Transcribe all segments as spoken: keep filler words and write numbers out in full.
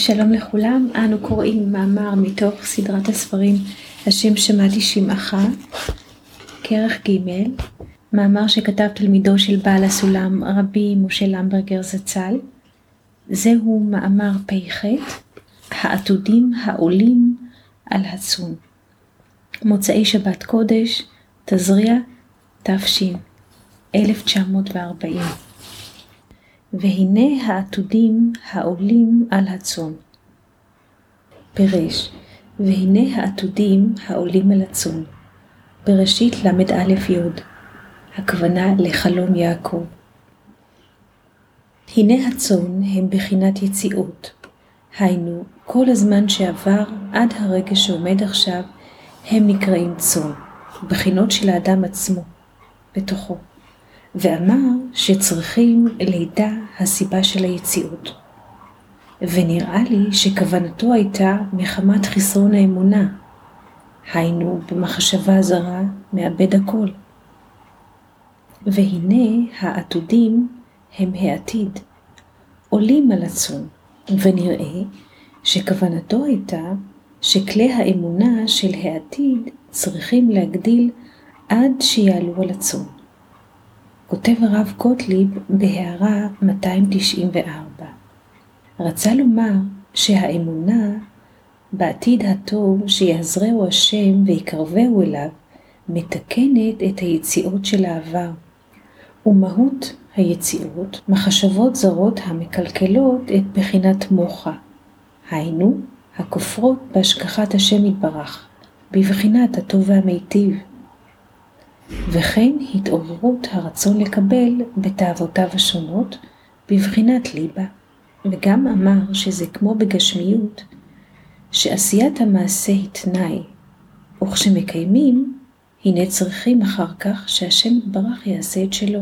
שלום לכולם, אנו קוראים מאמר מתוך סדרת הספרים השם שמעתי שמעך, כרך ג', מאמר שכתב תלמידו של בעל הסולם רבי משה למברגר זצ"ל. זהו מאמר פ"ח, העתודים העולים על הצון. מוצאי שבת קודש, תזריע, תש אלף תשע מאות וארבעים. והנה העתודים העולים על הצון. פירש, והנה העתודים העולים על הצון. בראשית למד א' י', הכוונה לחלום יעקב. הנה הצון הם בחינת יציאות, היינו כל הזמן שעבר עד הרגע שעומד עכשיו הם נקראים צון, בחינות של האדם עצמו, בתוכו. ואמר שצריכים לידע הסיבה של היציאות. ונראה לי שכוונתו הייתה מחמת חסרון האמונה, היינו במחשבה זרה מאבד הכל. והנה העתודים הם העתיד, עולים על הצון, ונראה שכוונתו הייתה שכלי האמונה של העתיד צריכים להגדיל עד שיעלו על הצון. כותב הרב גוטליב בהערה מאתיים תשעים וארבע. רצה לומר שהאמונה בעתיד הטוב שיעזרהו השם ויקרבהו אליו מתקנת את היציאות של העבר. ומהות היציאות מחשבות זרות המקלקלות את בחינת מוחה. היינו הכופרות בהשגחת השם יתברך, בבחינת הטוב והמיטיב. וכן התעוררות הרצון לקבל בתאוותיו השונות בבחינת ליבה. וגם אמר שזה כמו בגשמיות, שעשיית המעשה היא תנאי, וכשמקיימים, הנה צריכים אחר כך שהשם יתברך יעשה את שלו.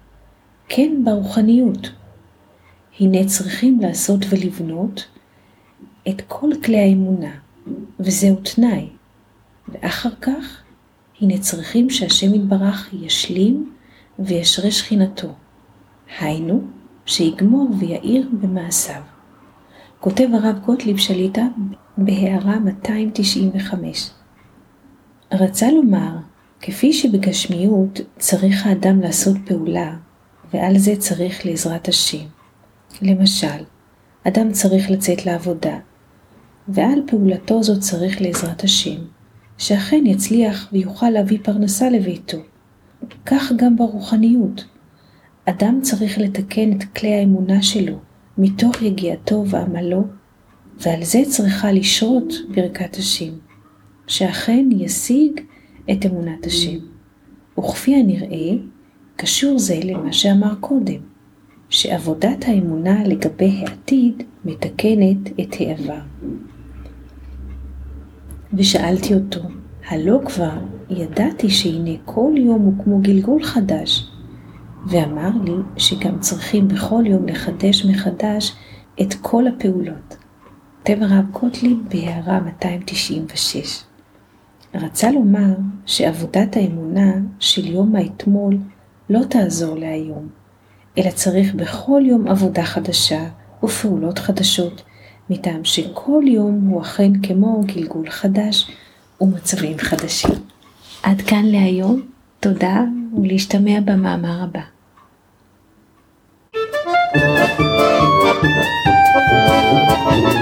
כן ברוחניות, הנה צריכים לעשות ולבנות את כל כלי האמונה, וזהו תנאי, ואחר כך, הנה צריכים שהשם יתברך ישלים וישרה שכינתו. היינו, שיגמור ויעיר במעשיו. כותב הרב גוטליב שליט"א בהערה מאתיים תשעים וחמש. רצה לומר, כפי שבגשמיות צריך האדם לעשות פעולה, ועל זה צריך לעזרת השם. למשל, אדם צריך לצאת לעבודה, ועל פעולתו זאת צריך לעזרת השם. שאכן יצליח ויוכל להביא פרנסה לביתו. כך גם ברוחניות. אדם צריך לתקן את כלי האמונה שלו מתוך יגיעתו ועמלו, ועל זה צריכה לשרות ברכת השם, שאכן ישיג את אמונת השם. וכפי הנראה, קשור זה למה שאמר קודם, שעבודת האמונה לגבי העתיד מתקנת את העבר. ושאלתי אותו, הלא כבר ידעתי שהנה כל יום הוא כמו גלגול חדש, ואמר לי שגם צריכים בכל יום לחדש מחדש את כל הפעולות. כותב הרב גוטליב בהערה מאתיים תשעים ושש. רצה לומר שעבודת האמונה של יום האתמול לא תעזור להיום, אלא צריך בכל יום עבודה חדשה ופעולות חדשות, מטעם שכל יום הוא אכן כמו גלגול חדש ומצבים חדשים. עד כאן להיום, תודה ולהשתמע במאמר הבא. Thank you.